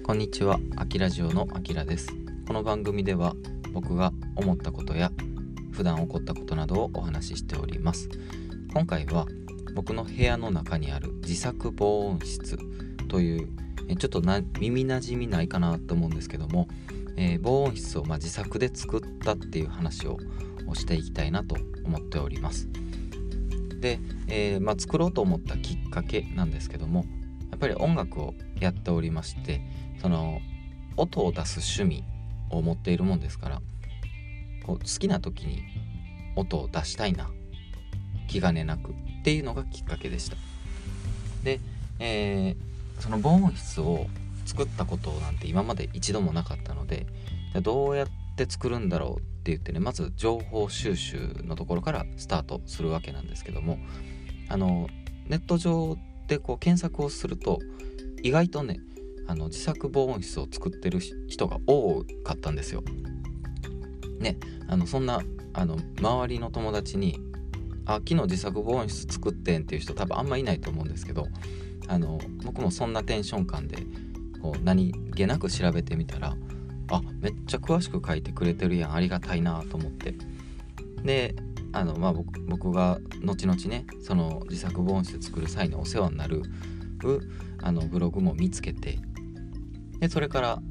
こんにちは、あきラジオのあきらです。この番組では僕が思ったことや普段起こったことなどをお話ししております。今回は僕の部屋の中にある自作防音室というちょっと耳なじみないかなと思うんですけども、防音室を自作で作ったっていう話をしていきたいなと思っております。で、作ろうと思ったきっかけなんですけども、やっぱり音楽をやっておりまして、その音を出す趣味を持っているもんですから、好きな時に音を出したいな、気兼ねなくっていうのがきっかけでした。で、その防音室を作ったことなんて今まで一度もなかったので、どうやって作るんだろうって言ってね、まず情報収集のところからスタートするわけなんですけども、ネット上で検索をすると意外とね、自作防音室を作ってる人が多かったんですよ。ね、そんな周りの友達に昨日自作防音室作ってんっていう人多分あんまいないと思うんですけど、僕もそんなテンション感で何気なく調べてみたら、めっちゃ詳しく書いてくれてるやん、ありがたいなと思って、で僕が後々ね、その自作防音室作る際にお世話になるブログも見つけて、でそれから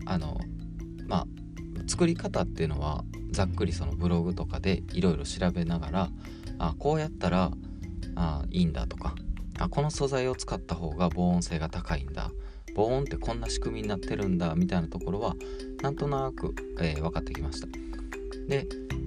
作り方っていうのはざっくりそのブログとかでいろいろ調べながら、こうやったらいいんだとか、この素材を使った方が防音性が高いんだ、防音ってこんな仕組みになってるんだみたいなところはなんとなく、分かってきました。で、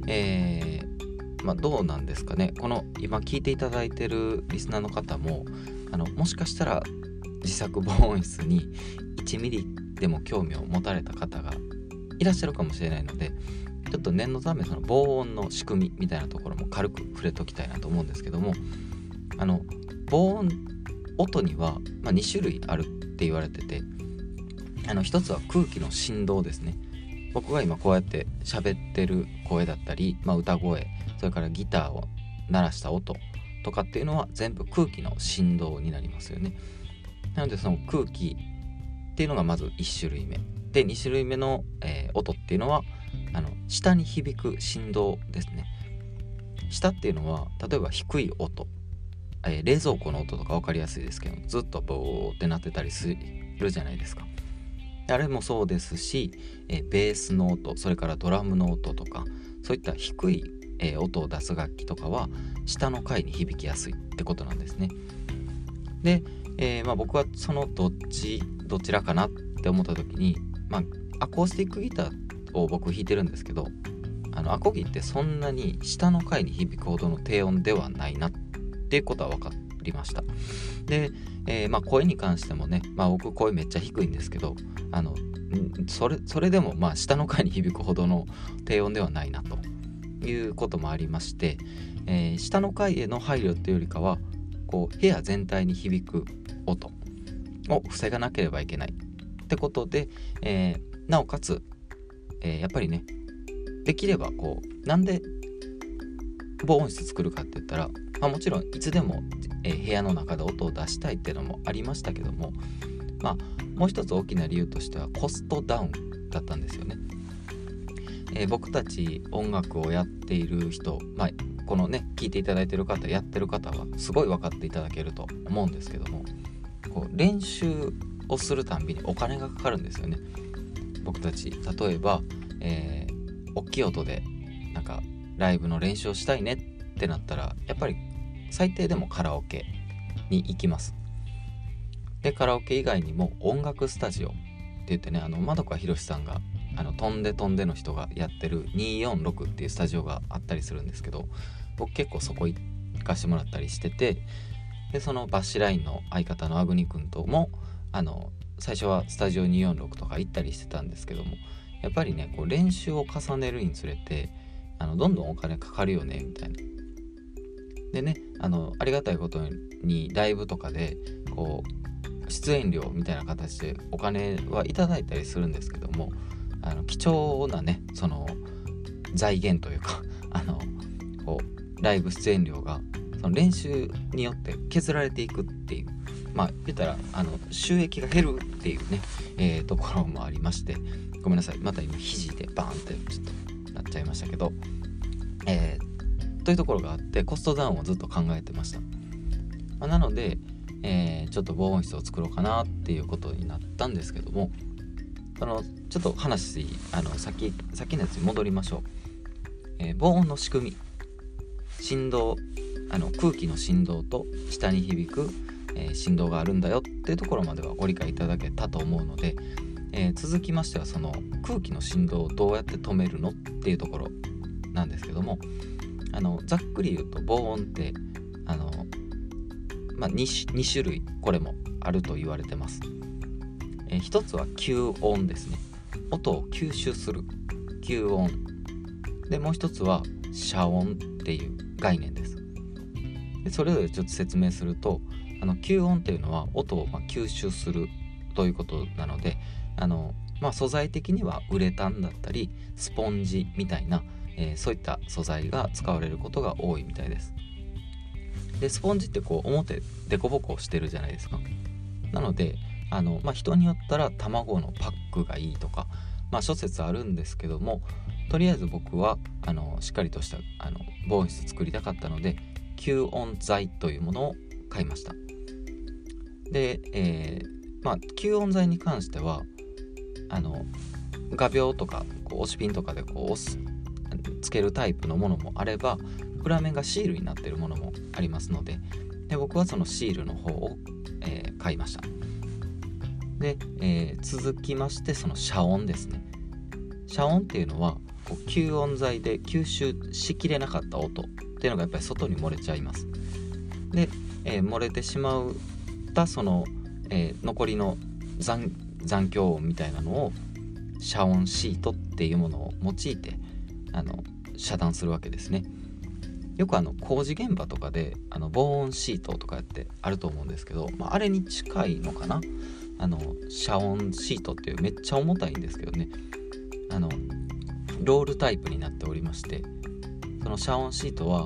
どうなんですかね、この今聞いていただいてるリスナーの方ももしかしたら自作防音室に1ミリでも興味を持たれた方がいらっしゃるかもしれないので、ちょっと念のためその防音の仕組みみたいなところも軽く触れときたいなと思うんですけども、防音音には、2種類あるって言われてて、一つは空気の振動ですね。僕が今こうやって喋ってる声だったり、歌声、それからギターを鳴らした音とかっていうのは全部空気の振動になりますよね。なのでその空気っていうのがまず1種類目で、2種類目の、音っていうのは下に響く振動ですね。下っていうのは例えば低い音、冷蔵庫の音とか分かりやすいですけど、ずっとボーってなってたりするじゃないですか。あれもそうですし、ベースの音、それからドラムの音とか、そういった低い、音を出す楽器とかは下の階に響きやすいってことなんですね。で、僕はそのどちらかなって思った時に、アコースティックギターを僕弾いてるんですけど、アコギってそんなに下の階に響くほどの低音ではないなっていうことは分かりました。で、声に関してもね、僕声めっちゃ低いんですけど、それでも下の階に響くほどの低音ではないなということもありまして、下の階への配慮っていうよりかは部屋全体に響く音を防がなければいけないってことで、なおかつ、やっぱりね、できればなんで防音室作るかって言ったら、もちろんいつでも、部屋の中で音を出したいっていうのもありましたけども、もう一つ大きな理由としてはコストダウンだったんですよね。僕たち音楽をやっている人、このね聞いていただいている方、やってる方はすごい分かっていただけると思うんですけども、練習をするたんびにお金がかかるんですよね。僕たち例えば、大きい音でなんかライブの練習をしたいねってなったら、やっぱり最低でもカラオケに行きます。でカラオケ以外にも音楽スタジオって言ってね、円川博さんが飛んでの人がやってる246っていうスタジオがあったりするんですけど、僕結構そこ行かしてもらったりしてて、でそのバッシュラインの相方のアグニ君とも最初はスタジオ246とか行ったりしてたんですけども、やっぱりね練習を重ねるにつれてどんどんお金かかるよねみたいな。でね、ありがたいことにライブとかで出演料みたいな形でお金はいただいたりするんですけども、貴重なねその財源というかライブ出演料がその練習によって削られていくっていう、 言ったら収益が減るっていうね、ところもありまして、ごめんなさい、また今肘でバーンってちょっとなっちゃいましたけど、というところがあってコストダウンをずっと考えてました。なので、ちょっと防音室を作ろうかなっていうことになったんですけども、ちょっと話さっきのやつに戻りましょう。防音の仕組み、振動、空気の振動と下に響く、振動があるんだよっていうところまではご理解いただけたと思うので、続きましてはその空気の振動をどうやって止めるのっていうところなんですけども、ざっくり言うと防音って2種類これもあると言われてます。一つは吸音ですね、音を吸収する吸音で、もう一つは遮音っていう概念です。でそれぞれちょっと説明すると、吸音っていうのは音を吸収するということなので、素材的にはウレタンだったりスポンジみたいな、そういった素材が使われることが多いみたいです。でスポンジって表デコボコしてるじゃないですか。なので人によったら卵のパックがいいとか、諸説あるんですけども、とりあえず僕はしっかりとした防音室作りたかったので吸音材というものを買いました。で、吸音材に関しては画鋲とか押しピンとかでつけるタイプのものもあれば、裏面がシールになっているものもありますので、僕はそのシールの方を、買いました。で、続きましてその遮音ですね。遮音っていうのは吸音材で吸収しきれなかった音っていうのがやっぱり外に漏れちゃいます。で、漏れてしまったその、残りの残響音みたいなのを遮音シートっていうものを用いて遮断するわけですね。よく工事現場とかで防音シートとかってあると思うんですけど、あれに近いのかな。遮音シートっていうめっちゃ重たいんですけどね、ロールタイプになっておりまして、その遮音シートは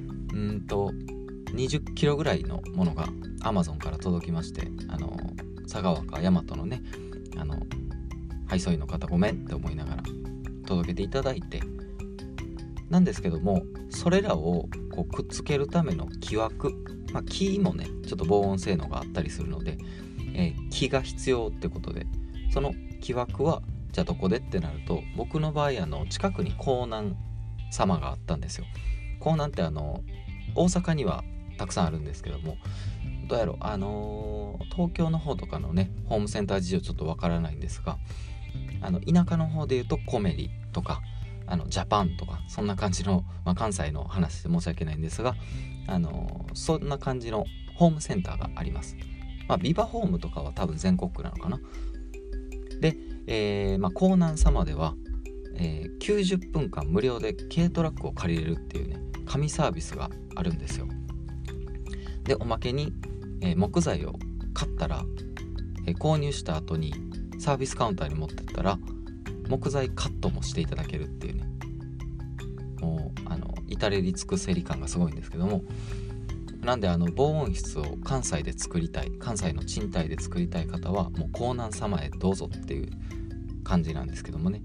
20キロぐらいのものが Amazon から届きまして、佐川か大和のね配送員の方ごめんって思いながら届けていただいて、なんですけども、それらをくっつけるための木枠、木もねちょっと防音性能があったりするので、木が必要ってことで、その木枠はじゃあどこでってなると、僕の場合近くに江南様があったんですよ。江南って大阪にはたくさんあるんですけども、どうやろう東京の方とかのねホームセンター事情ちょっとわからないんですが、田舎の方でいうとコメリとかジャパンとかそんな感じの、関西の話で申し訳ないんですが、そんな感じのホームセンターがあります。ビバホームとかは多分全国区なのかな。で、江南様では、90分間無料で軽トラックを借りれるっていうね神サービスがあるんですよ。でおまけに、木材を買ったら、購入した後にサービスカウンターに持ってったら木材カットもしていただけるっていうね、もう至れり尽くせり感がすごいんですけども、なんで防音室を関西で作りたい、関西の賃貸で作りたい方はもう江南様へどうぞっていう感じなんですけどもね、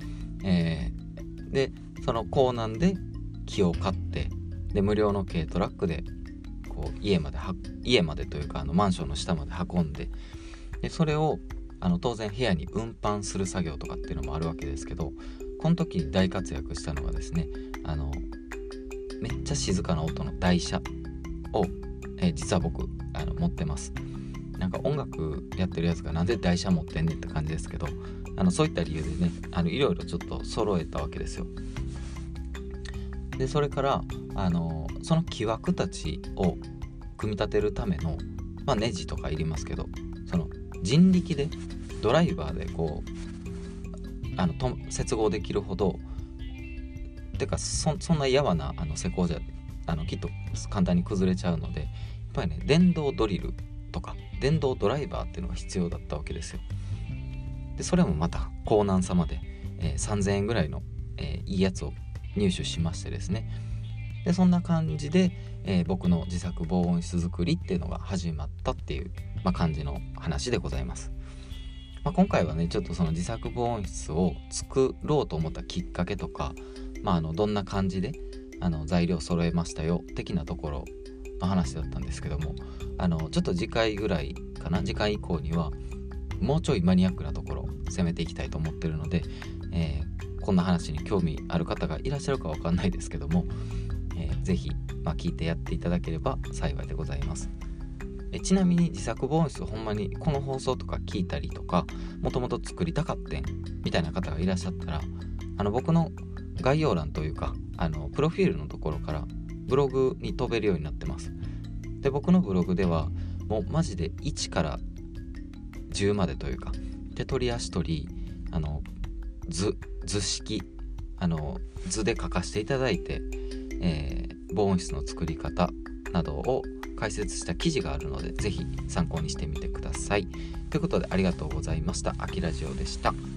でその江南で木を買って、で無料の軽トラックで家までというかマンションの下まで運んで、でそれを当然部屋に運搬する作業とかっていうのもあるわけですけど、この時に大活躍したのがですね、めっちゃ静かな音の台車を、実は僕持ってます。なんか音楽やってるやつがなんで台車持ってんねんって感じですけど、そういった理由でねいろいろちょっと揃えたわけですよ。でそれからその木枠たちを組み立てるための、ネジとかいりますけど、その人力でドライバーで接合できるほどてか そんなやわな施工じゃきっと簡単に崩れちゃうので、やっぱりね電動ドリルとか電動ドライバーっていうのが必要だったわけですよ。でそれもまた江南様で、3000円ぐらいの、いいやつを入手しましてですね、でそんな感じで、僕の自作防音室作りっていうのが始まったっていう感じの話でございます。今回はねちょっとその自作防音室を作ろうと思ったきっかけとか、どんな感じで材料揃えましたよ的なところの話だったんですけども、ちょっと次回ぐらいかな、次回以降にはもうちょいマニアックなところ攻めていきたいと思ってるので、こんな話に興味ある方がいらっしゃるかわかんないですけども、ぜひ、聞いてやっていただければ幸いでございます。ちなみに自作防音室ほんまにこの放送とか聞いたりとかもともと作りたかってんみたいな方がいらっしゃったら、僕の概要欄というかプロフィールのところからブログに飛べるようになってます。で僕のブログではもうマジで1から10までというか手取り足取り図式図で書かせていただいて、防音室の作り方などを解説した記事があるのでぜひ参考にしてみてください。ということでありがとうございました。あきラジオでした。